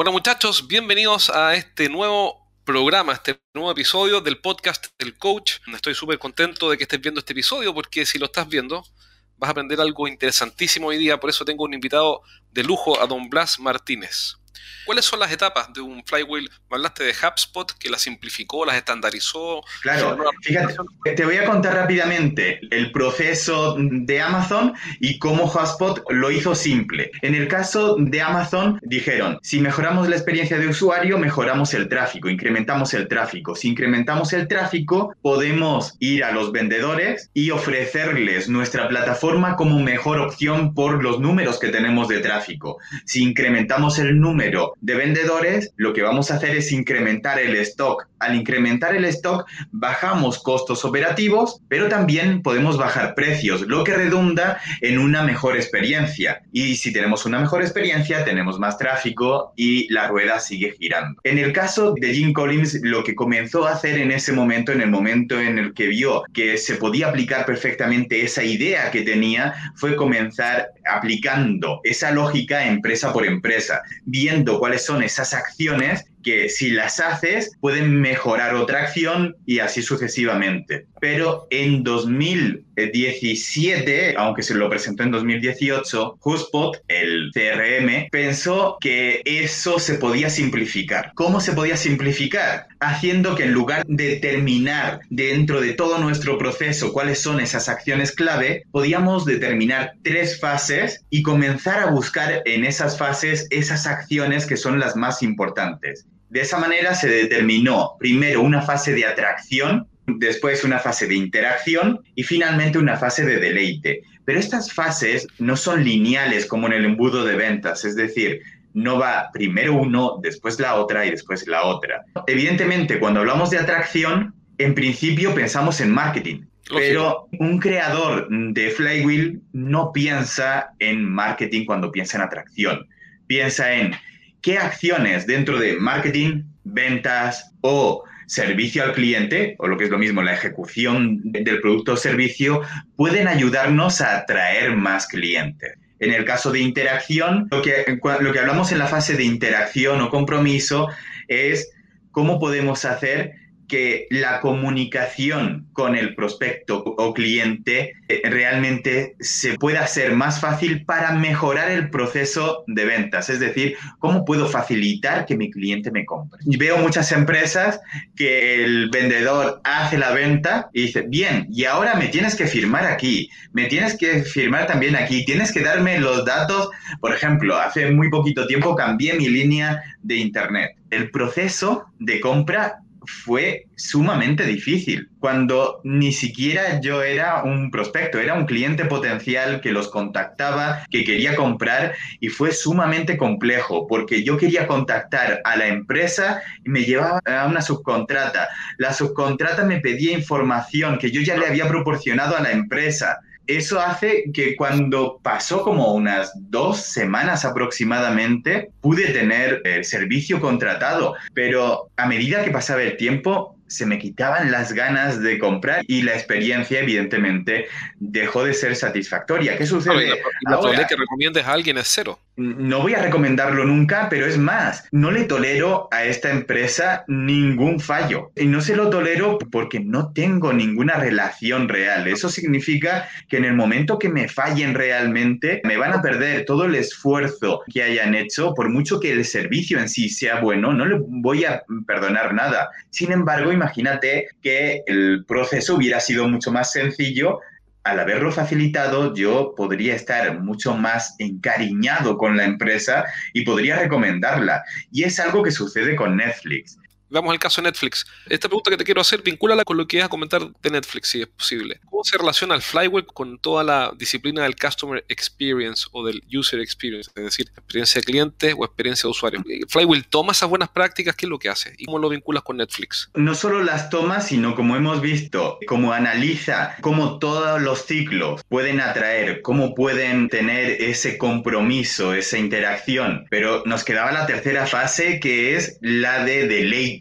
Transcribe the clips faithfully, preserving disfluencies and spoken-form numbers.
Bueno, muchachos, bienvenidos a este nuevo programa, este nuevo episodio del podcast del coach. Estoy súper contento de que estés viendo este episodio porque si lo estás viendo vas a aprender algo interesantísimo hoy día. Por eso tengo un invitado de lujo, a don Blas Martínez. ¿Cuáles son las etapas de un flywheel? Me hablaste de HubSpot, que las simplificó, las estandarizó. Claro, fíjate, te voy a contar rápidamente el proceso de Amazon y cómo HubSpot lo hizo simple. En el caso de Amazon, dijeron, si mejoramos la experiencia de usuario, mejoramos el tráfico, incrementamos el tráfico. Si incrementamos el tráfico, podemos ir a los vendedores y ofrecerles nuestra plataforma como mejor opción por los números que tenemos de tráfico. Si incrementamos el número de vendedores, lo que vamos a hacer es incrementar el stock. Al incrementar el stock, bajamos costos operativos, pero también podemos bajar precios, lo que redunda en una mejor experiencia. Y si tenemos una mejor experiencia, tenemos más tráfico y la rueda sigue girando. En el caso de Jim Collins, lo que comenzó a hacer en ese momento, en el momento en el que vio que se podía aplicar perfectamente esa idea que tenía, fue comenzar aplicando esa lógica empresa por empresa, viendo cuáles son esas acciones que si las haces pueden mejorar otra acción y así sucesivamente. Pero en dos mil diecisiete, aunque se lo presentó en dos mil dieciocho, HubSpot, el C R M, pensó que eso se podía simplificar. ¿Cómo se podía simplificar? Haciendo que en lugar de determinar dentro de todo nuestro proceso cuáles son esas acciones clave, podíamos determinar tres fases y comenzar a buscar en esas fases esas acciones que son las más importantes. De esa manera se determinó primero una fase de atracción, después una fase de interacción y finalmente una fase de deleite. Pero estas fases no son lineales como en el embudo de ventas, es decir, no va primero uno, después la otra y después la otra. Evidentemente, cuando hablamos de atracción, en principio pensamos en marketing. Pero un creador de Flywheel no piensa en marketing cuando piensa en atracción. Piensa en qué acciones dentro de marketing, ventas o servicio al cliente, o lo que es lo mismo, la ejecución del producto o servicio, pueden ayudarnos a atraer más clientes. En el caso de interacción, lo que, lo que hablamos en la fase de interacción o compromiso es cómo podemos hacer que la comunicación con el prospecto o cliente realmente se pueda hacer más fácil para mejorar el proceso de ventas. Es decir, ¿cómo puedo facilitar que mi cliente me compre? Y veo muchas empresas que el vendedor hace la venta y dice, bien, y ahora me tienes que firmar aquí, me tienes que firmar también aquí, tienes que darme los datos. Por ejemplo, hace muy poquito tiempo cambié mi línea de internet. El proceso de compra fue sumamente difícil, cuando ni siquiera yo era un prospecto, era un cliente potencial que los contactaba, que quería comprar, y fue sumamente complejo, porque yo quería contactar a la empresa y me llevaba a una subcontrata. La subcontrata me pedía información que yo ya le había proporcionado a la empresa. Eso hace que cuando pasó como unas dos semanas aproximadamente, pude tener el servicio contratado, pero a medida que pasaba el tiempo, se me quitaban las ganas de comprar y la experiencia, evidentemente, dejó de ser satisfactoria. ¿Qué sucede? Y la, y la probabilidad que recomiendes a alguien es cero. No voy a recomendarlo nunca, pero es más, no le tolero a esta empresa ningún fallo. Y no se lo tolero porque no tengo ninguna relación real. Eso significa que en el momento que me fallen realmente, me van a perder todo el esfuerzo que hayan hecho, por mucho que el servicio en sí sea bueno, no le voy a perdonar nada. Sin embargo, imagínate que el proceso hubiera sido mucho más sencillo. Al haberlo facilitado, yo podría estar mucho más encariñado con la empresa y podría recomendarla. Y es algo que sucede con Netflix. Vamos al caso de Netflix. Esta pregunta que te quiero hacer, vincúlala con lo que vas a comentar de Netflix, si es posible. ¿Cómo se relaciona el Flywheel con toda la disciplina del Customer Experience o del User Experience? Es decir, experiencia de cliente o experiencia de usuario. ¿Flywheel toma esas buenas prácticas? ¿Qué es lo que hace? ¿Y cómo lo vinculas con Netflix? No solo las toma, sino como hemos visto, cómo analiza cómo todos los ciclos pueden atraer, cómo pueden tener ese compromiso, esa interacción. Pero nos quedaba la tercera fase, que es la de deleite.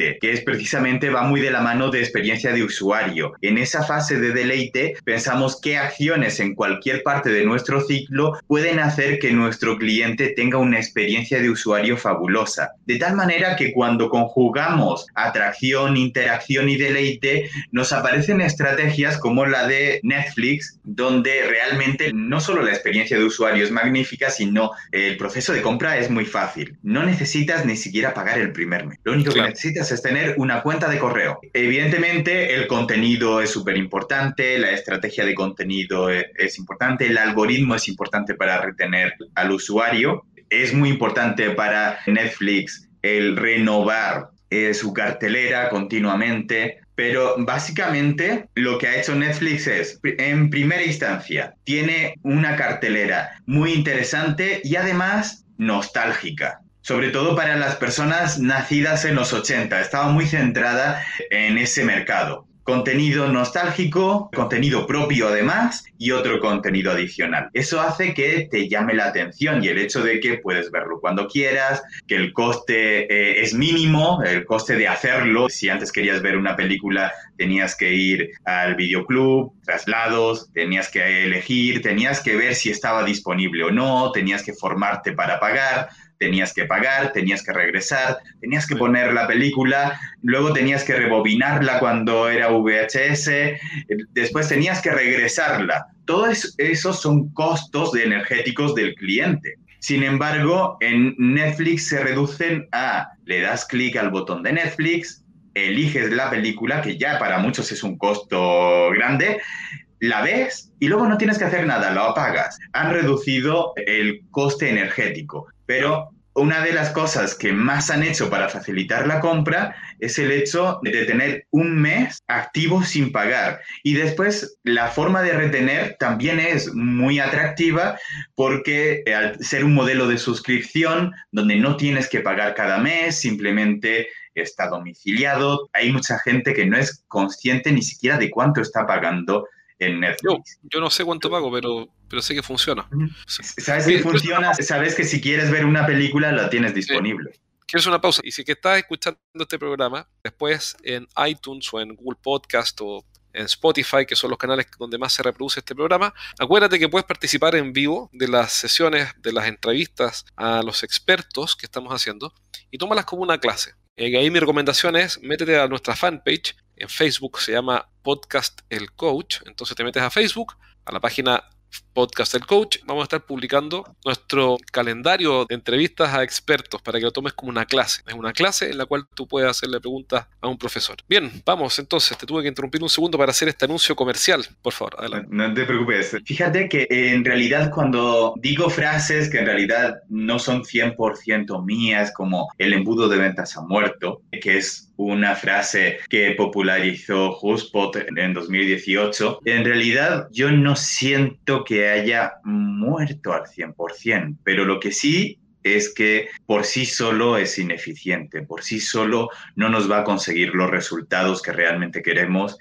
deleite, que es precisamente va muy de la mano de experiencia de usuario. En esa fase de deleite pensamos qué acciones en cualquier parte de nuestro ciclo pueden hacer que nuestro cliente tenga una experiencia de usuario fabulosa. De tal manera que cuando conjugamos atracción, interacción y deleite, nos aparecen estrategias como la de Netflix, donde realmente no solo la experiencia de usuario es magnífica, sino el proceso de compra es muy fácil. No necesitas ni siquiera pagar el primer mes. Lo único claro. que necesitas es tener una cuenta de correo. Evidentemente, el contenido es súper importante, la estrategia de contenido es, es importante, el algoritmo es importante para retener al usuario. Es muy importante para Netflix el renovar eh, su cartelera continuamente. Pero básicamente lo que ha hecho Netflix es, en primera instancia, tiene una cartelera muy interesante y además nostálgica. Sobre todo para las personas nacidas en los ochenta. Estaba muy centrada en ese mercado. Contenido nostálgico, contenido propio además y otro contenido adicional. Eso hace que te llame la atención y el hecho de que puedes verlo cuando quieras, que el coste eh, es mínimo, el coste de hacerlo. Si antes querías ver una película tenías que ir al videoclub, traslados, tenías que elegir, tenías que ver si estaba disponible o no, tenías que formarte para pagar. Tenías que pagar, tenías que regresar, tenías que poner la película, luego tenías que rebobinarla cuando era V H S, después tenías que regresarla. Todos esos son costos energéticos del cliente. Sin embargo, en Netflix se reducen a, le das clic al botón de Netflix, eliges la película, que ya para muchos es un costo grande, la ves y luego no tienes que hacer nada, lo apagas. Han reducido el coste energético, pero una de las cosas que más han hecho para facilitar la compra es el hecho de tener un mes activo sin pagar. Y después la forma de retener también es muy atractiva porque al ser un modelo de suscripción donde no tienes que pagar cada mes, simplemente está domiciliado, hay mucha gente que no es consciente ni siquiera de cuánto está pagando en Netflix. Yo, yo no sé cuánto pago, pero, pero sé que funciona. Sí. ¿Sabes que funciona? Sabes que si quieres ver una película la tienes disponible. Sí. ¿Quieres una pausa? Y si que estás escuchando este programa, después en iTunes o en Google Podcast o en Spotify, que son los canales donde más se reproduce este programa, acuérdate que puedes participar en vivo de las sesiones, de las entrevistas a los expertos que estamos haciendo y tómalas como una clase. Y ahí mi recomendación es, métete a nuestra fanpage, en Facebook se llama Podcast El Coach, entonces te metes a Facebook, a la página Podcast El Coach, vamos a estar publicando nuestro calendario de entrevistas a expertos para que lo tomes como una clase. Es una clase en la cual tú puedes hacerle preguntas a un profesor. Bien, vamos entonces, te tuve que interrumpir un segundo para hacer este anuncio comercial. Por favor, adelante. No, no te preocupes. Fíjate que en realidad cuando digo frases que en realidad no son cien por ciento mías, como el embudo de ventas ha muerto, que es una frase que popularizó HubSpot en dos mil dieciocho, en realidad yo no siento que haya muerto al cien por ciento, pero lo que sí es que por sí solo es ineficiente, por sí solo no nos va a conseguir los resultados que realmente queremos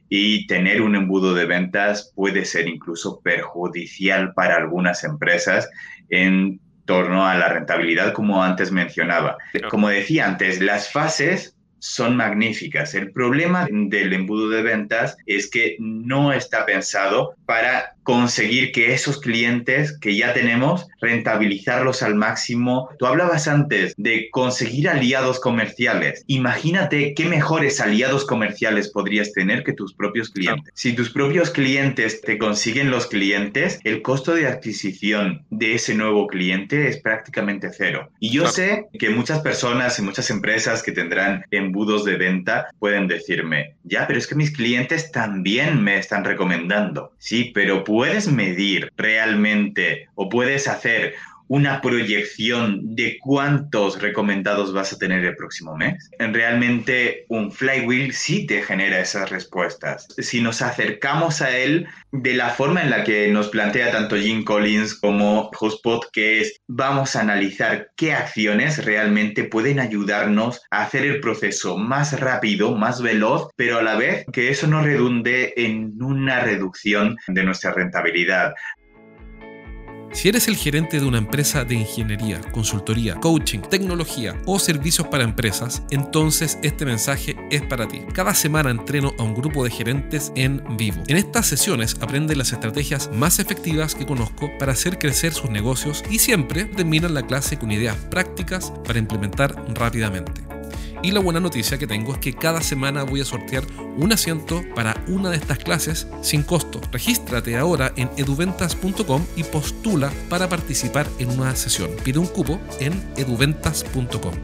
y tener un embudo de ventas puede ser incluso perjudicial para algunas empresas en torno a la rentabilidad, como antes mencionaba. Como decía antes, las fases son magníficas. El problema del embudo de ventas es que no está pensado para conseguir que esos clientes que ya tenemos, rentabilizarlos al máximo. Tú hablabas antes de conseguir aliados comerciales. Imagínate qué mejores aliados comerciales podrías tener que tus propios clientes. Si tus propios clientes te consiguen los clientes, el costo de adquisición de ese nuevo cliente es prácticamente cero. Y yo sé que muchas personas y muchas empresas que tendrán embudos de venta pueden decirme, ya, pero es que mis clientes también me están recomendando. Sí, pero puedes medir realmente o puedes hacer una proyección de cuántos recomendados vas a tener el próximo mes. Realmente un flywheel sí te genera esas respuestas. Si nos acercamos a él de la forma en la que nos plantea tanto Jim Collins como HubSpot, que es vamos a analizar qué acciones realmente pueden ayudarnos a hacer el proceso más rápido, más veloz, pero a la vez que eso no redunde en una reducción de nuestra rentabilidad. Si eres el gerente de una empresa de ingeniería, consultoría, coaching, tecnología o servicios para empresas, entonces este mensaje es para ti. Cada semana entreno a un grupo de gerentes en vivo. En estas sesiones aprenden las estrategias más efectivas que conozco para hacer crecer sus negocios y siempre terminan la clase con ideas prácticas para implementar rápidamente. Y la buena noticia que tengo es que cada semana voy a sortear un asiento para una de estas clases sin costo. Regístrate ahora en eduventas punto com y postula para participar en una sesión. Pide un cupo en eduventas punto com.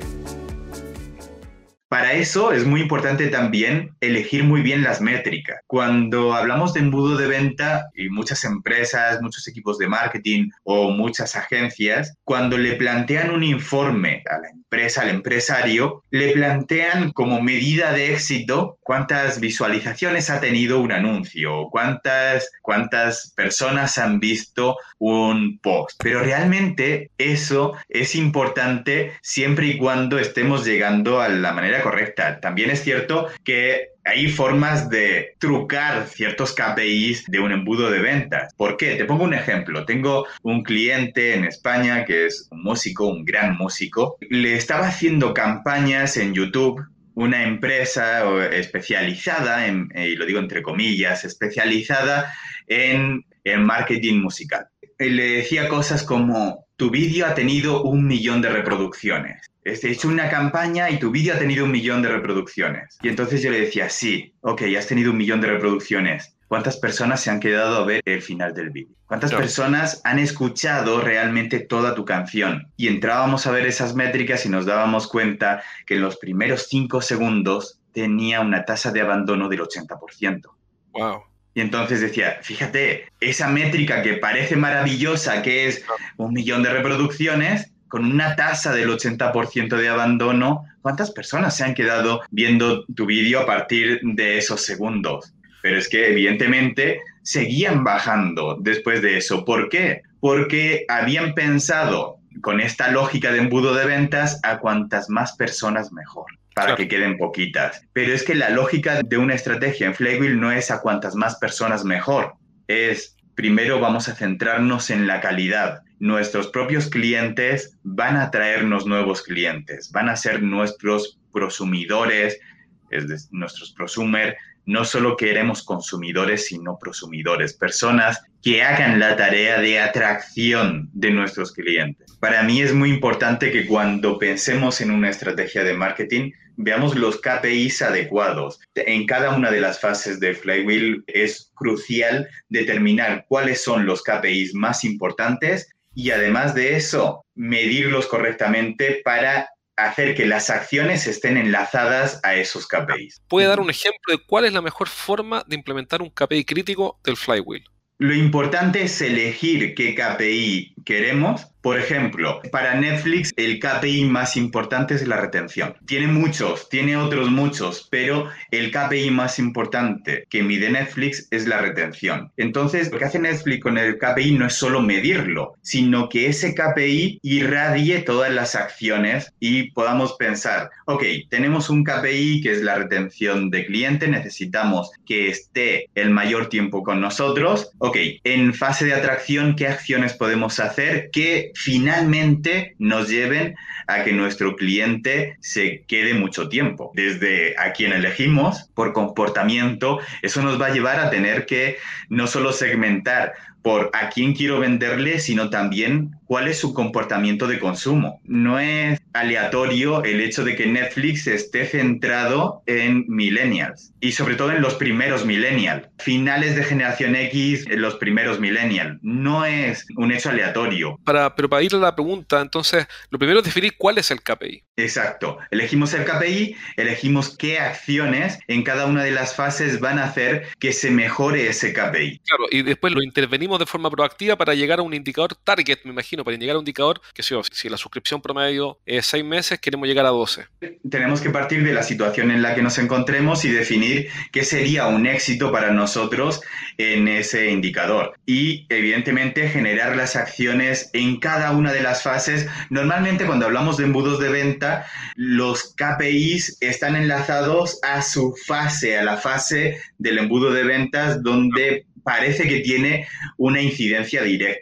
Para eso es muy importante también elegir muy bien las métricas. Cuando hablamos de embudo de venta y muchas empresas, muchos equipos de marketing o muchas agencias, cuando le plantean un informe a la empresa, al empresario, le plantean como medida de éxito cuántas visualizaciones ha tenido un anuncio, cuántas, cuántas personas han visto un post. Pero realmente eso es importante siempre y cuando estemos llegando a la manera correcta. También es cierto que hay formas de trucar ciertos K P Is de un embudo de ventas. ¿Por qué? Te pongo un ejemplo. Tengo un cliente en España que es un músico, un gran músico. Le estaba haciendo campañas en YouTube, una empresa especializada, en, y lo digo entre comillas, especializada en, en marketing musical. Le decía cosas como: tu vídeo ha tenido un millón de reproducciones. He hecho una campaña y tu vídeo ha tenido un millón de reproducciones. Y entonces yo le decía: sí, ok, has tenido un millón de reproducciones. ¿Cuántas personas se han quedado a ver el final del vídeo? ¿Cuántas Claro. personas han escuchado realmente toda tu canción? Y entrábamos a ver esas métricas y nos dábamos cuenta que en los primeros cinco segundos tenía una tasa de abandono del ochenta por ciento. Wow. Y entonces decía, fíjate, esa métrica que parece maravillosa, que es un millón de reproducciones, con una tasa del ochenta por ciento de abandono, ¿cuántas personas se han quedado viendo tu vídeo a partir de esos segundos? Pero es que evidentemente seguían bajando después de eso. ¿Por qué? Porque habían pensado con esta lógica de embudo de ventas a cuantas más personas mejor, para Claro. que queden poquitas. Pero es que la lógica de una estrategia en Flywheel no es a cuantas más personas mejor. Es, primero vamos a centrarnos en la calidad. Nuestros propios clientes van a traernos nuevos clientes, van a ser nuestros prosumidores, es decir, nuestros prosumer. No solo queremos consumidores, sino prosumidores, personas que hagan la tarea de atracción de nuestros clientes. Para mí es muy importante que cuando pensemos en una estrategia de marketing, veamos los K P Is adecuados. En cada una de las fases de Flywheel es crucial determinar cuáles son los K P Is más importantes y además de eso, medirlos correctamente para hacer que las acciones estén enlazadas a esos K P Is. ¿Puede dar un ejemplo de cuál es la mejor forma de implementar un K P I crítico del Flywheel? Lo importante es elegir qué K P I queremos. Por ejemplo, para Netflix el K P I más importante es la retención. Tiene muchos, tiene otros muchos, pero el K P I más importante que mide Netflix es la retención. Entonces, lo que hace Netflix con el K P I no es solo medirlo, sino que ese K P I irradie todas las acciones y podamos pensar, ok, tenemos un K P I que es la retención de cliente, necesitamos que esté el mayor tiempo con nosotros. Ok, en fase de atracción, ¿qué acciones podemos hacer que finalmente nos lleven a que nuestro cliente se quede mucho tiempo? Desde a quién elegimos, por comportamiento, eso nos va a llevar a tener que no solo segmentar por a quién quiero venderle, sino también cuál es su comportamiento de consumo. No es aleatorio el hecho de que Netflix esté centrado en millennials y sobre todo en los primeros millennials, finales de generación X, en los primeros millennials. No es un hecho aleatorio. Para, pero para ir a la pregunta, entonces, lo primero es definir cuál es el K P I. Exacto. Elegimos el K P I, elegimos qué acciones en cada una de las fases van a hacer que se mejore ese K P I. Claro, y después lo intervenimos de forma proactiva para llegar a un indicador target, me imagino, para llegar a un indicador que si, si la suscripción promedio es seis meses, queremos llegar a doce. Tenemos que partir de la situación en la que nos encontremos y definir qué sería un éxito para nosotros en ese indicador. Y, evidentemente, generar las acciones en cada una de las fases. Normalmente, cuando hablamos de embudos de venta, los K P Is están enlazados a su fase, a la fase del embudo de ventas donde parece que tiene una incidencia directa.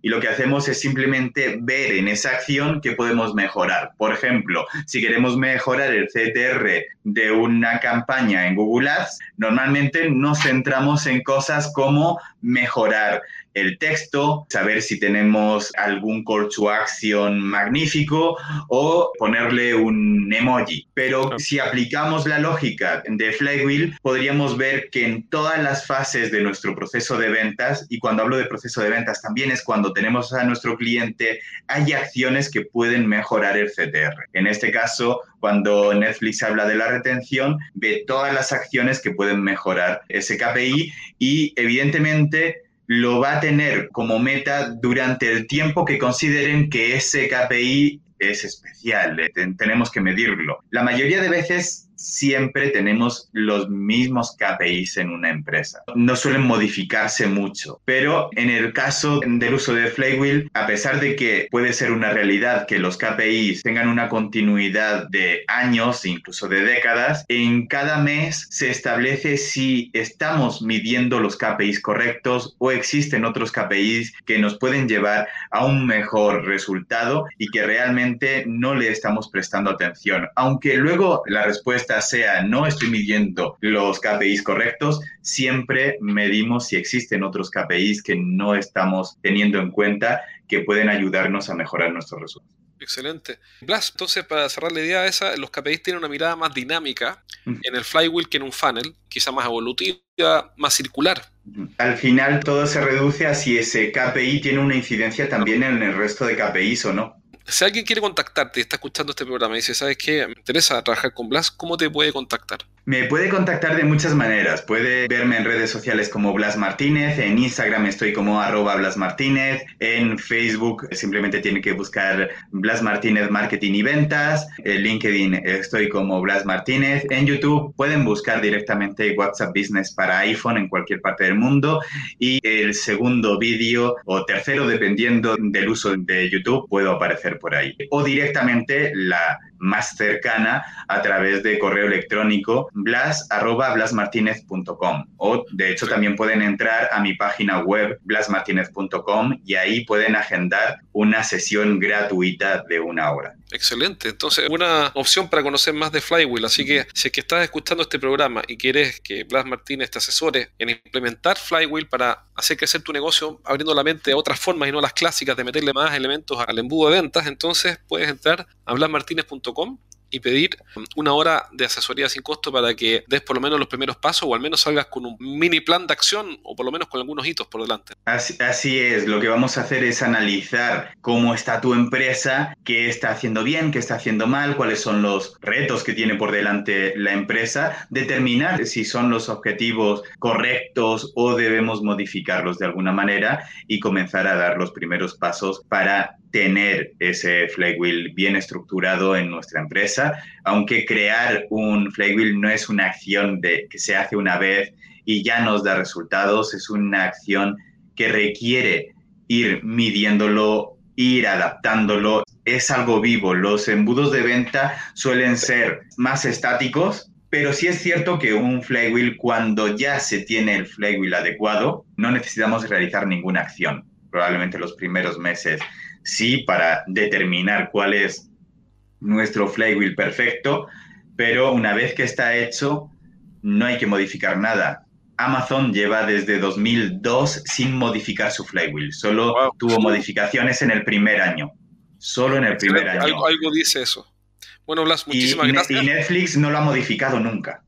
y lo que hacemos es simplemente ver en esa acción qué podemos mejorar. Por ejemplo, si queremos mejorar el C T R de una campaña en Google Ads, normalmente nos centramos en cosas como mejorar el texto, saber si tenemos algún call to action magnífico o ponerle un emoji. Pero si aplicamos la lógica de Flywheel, podríamos ver que en todas las fases de nuestro proceso de ventas, y cuando hablo de proceso de ventas también es cuando tenemos a nuestro cliente, hay acciones que pueden mejorar el C T R. En este caso, cuando Netflix habla de la retención, ve todas las acciones que pueden mejorar ese K P I y evidentemente lo va a tener como meta durante el tiempo que consideren que ese K P I es especial, tenemos que medirlo. La mayoría de veces siempre tenemos los mismos K P Is en una empresa. No suelen modificarse mucho, pero en el caso del uso de Flywheel, a pesar de que puede ser una realidad que los K P Is tengan una continuidad de años, incluso de décadas, en cada mes se establece si estamos midiendo los K P Is correctos o existen otros K P Is que nos pueden llevar a un mejor resultado y que realmente no le estamos prestando atención. Aunque luego la respuesta sea no estoy midiendo los K P Is correctos, siempre medimos si existen otros K P Is que no estamos teniendo en cuenta que pueden ayudarnos a mejorar nuestros resultados. Excelente. Blas, entonces para cerrar la idea esa, los K P Is tienen una mirada más dinámica en el Flywheel que en un funnel, quizá más evolutiva, más circular. Al final todo se reduce a si ese K P I tiene una incidencia también en el resto de K P Is o no. Si alguien quiere contactarte y está escuchando este programa y dice, ¿sabes qué? Me interesa trabajar con Blas, ¿cómo te puede contactar? Me puede contactar de muchas maneras. Puede verme en redes sociales como Blas Martínez, en Instagram estoy como arroba Blas Martínez, en Facebook simplemente tiene que buscar Blas Martínez Marketing y Ventas, en LinkedIn estoy como Blas Martínez, en YouTube pueden buscar directamente WhatsApp Business para iPhone en cualquier parte del mundo y el segundo vídeo o tercero, dependiendo del uso de YouTube, puedo aparecer por ahí. O directamente la más cercana a través de correo electrónico blas arroba blasmartinez punto com o de hecho también pueden entrar a mi página web blas martinez punto com y ahí pueden agendar una sesión gratuita de una hora. Excelente, entonces una opción para conocer más de Flywheel, así que si es que estás escuchando este programa y quieres que Blas Martínez te asesore en implementar Flywheel para hacer crecer tu negocio abriendo la mente a otras formas y no las clásicas de meterle más elementos al embudo de ventas, entonces puedes entrar a blas martinez punto com y pedir una hora de asesoría sin costo para que des por lo menos los primeros pasos o al menos salgas con un mini plan de acción o por lo menos con algunos hitos por delante. Así, así es, lo que vamos a hacer es analizar cómo está tu empresa, qué está haciendo bien, qué está haciendo mal, cuáles son los retos que tiene por delante la empresa, determinar si son los objetivos correctos o debemos modificarlos de alguna manera y comenzar a dar los primeros pasos para tener ese Flywheel bien estructurado en nuestra empresa, aunque crear un Flywheel no es una acción de, que se hace una vez y ya nos da resultados, es una acción que requiere ir midiéndolo, ir adaptándolo, es algo vivo. Los embudos de venta suelen ser más estáticos, pero sí es cierto que un Flywheel, cuando ya se tiene el Flywheel adecuado, no necesitamos realizar ninguna acción, probablemente los primeros meses. Sí, para determinar cuál es nuestro Flywheel perfecto, pero una vez que está hecho, no hay que modificar nada. Amazon lleva desde dos mil dos sin modificar su Flywheel. Solo wow. tuvo modificaciones en el primer año. Solo en el primer año. Algo, algo dice eso. Bueno, Blas, muchísimas y, gracias. Y Netflix no lo ha modificado nunca.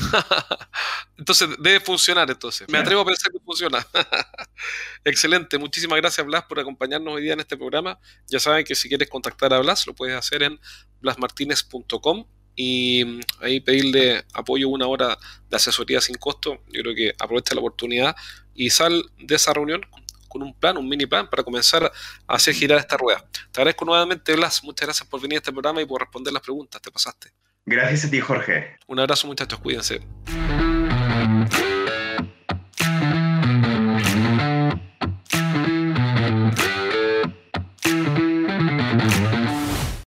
Entonces debe funcionar entonces. Me atrevo a pensar que funciona. Excelente. Muchísimas gracias, Blas, por acompañarnos hoy día en este programa. Ya saben que si quieres contactar a Blas, lo puedes hacer en blas martinez punto com y ahí pedirle apoyo una hora de asesoría sin costo. Yo creo que aprovecha la oportunidad y sal de esa reunión con un plan, un mini plan para comenzar a hacer girar esta rueda. Te agradezco nuevamente, Blas. Muchas gracias por venir a este programa y por responder las preguntas. Te pasaste. Gracias a ti, Jorge. Un abrazo, muchachos. Cuídense.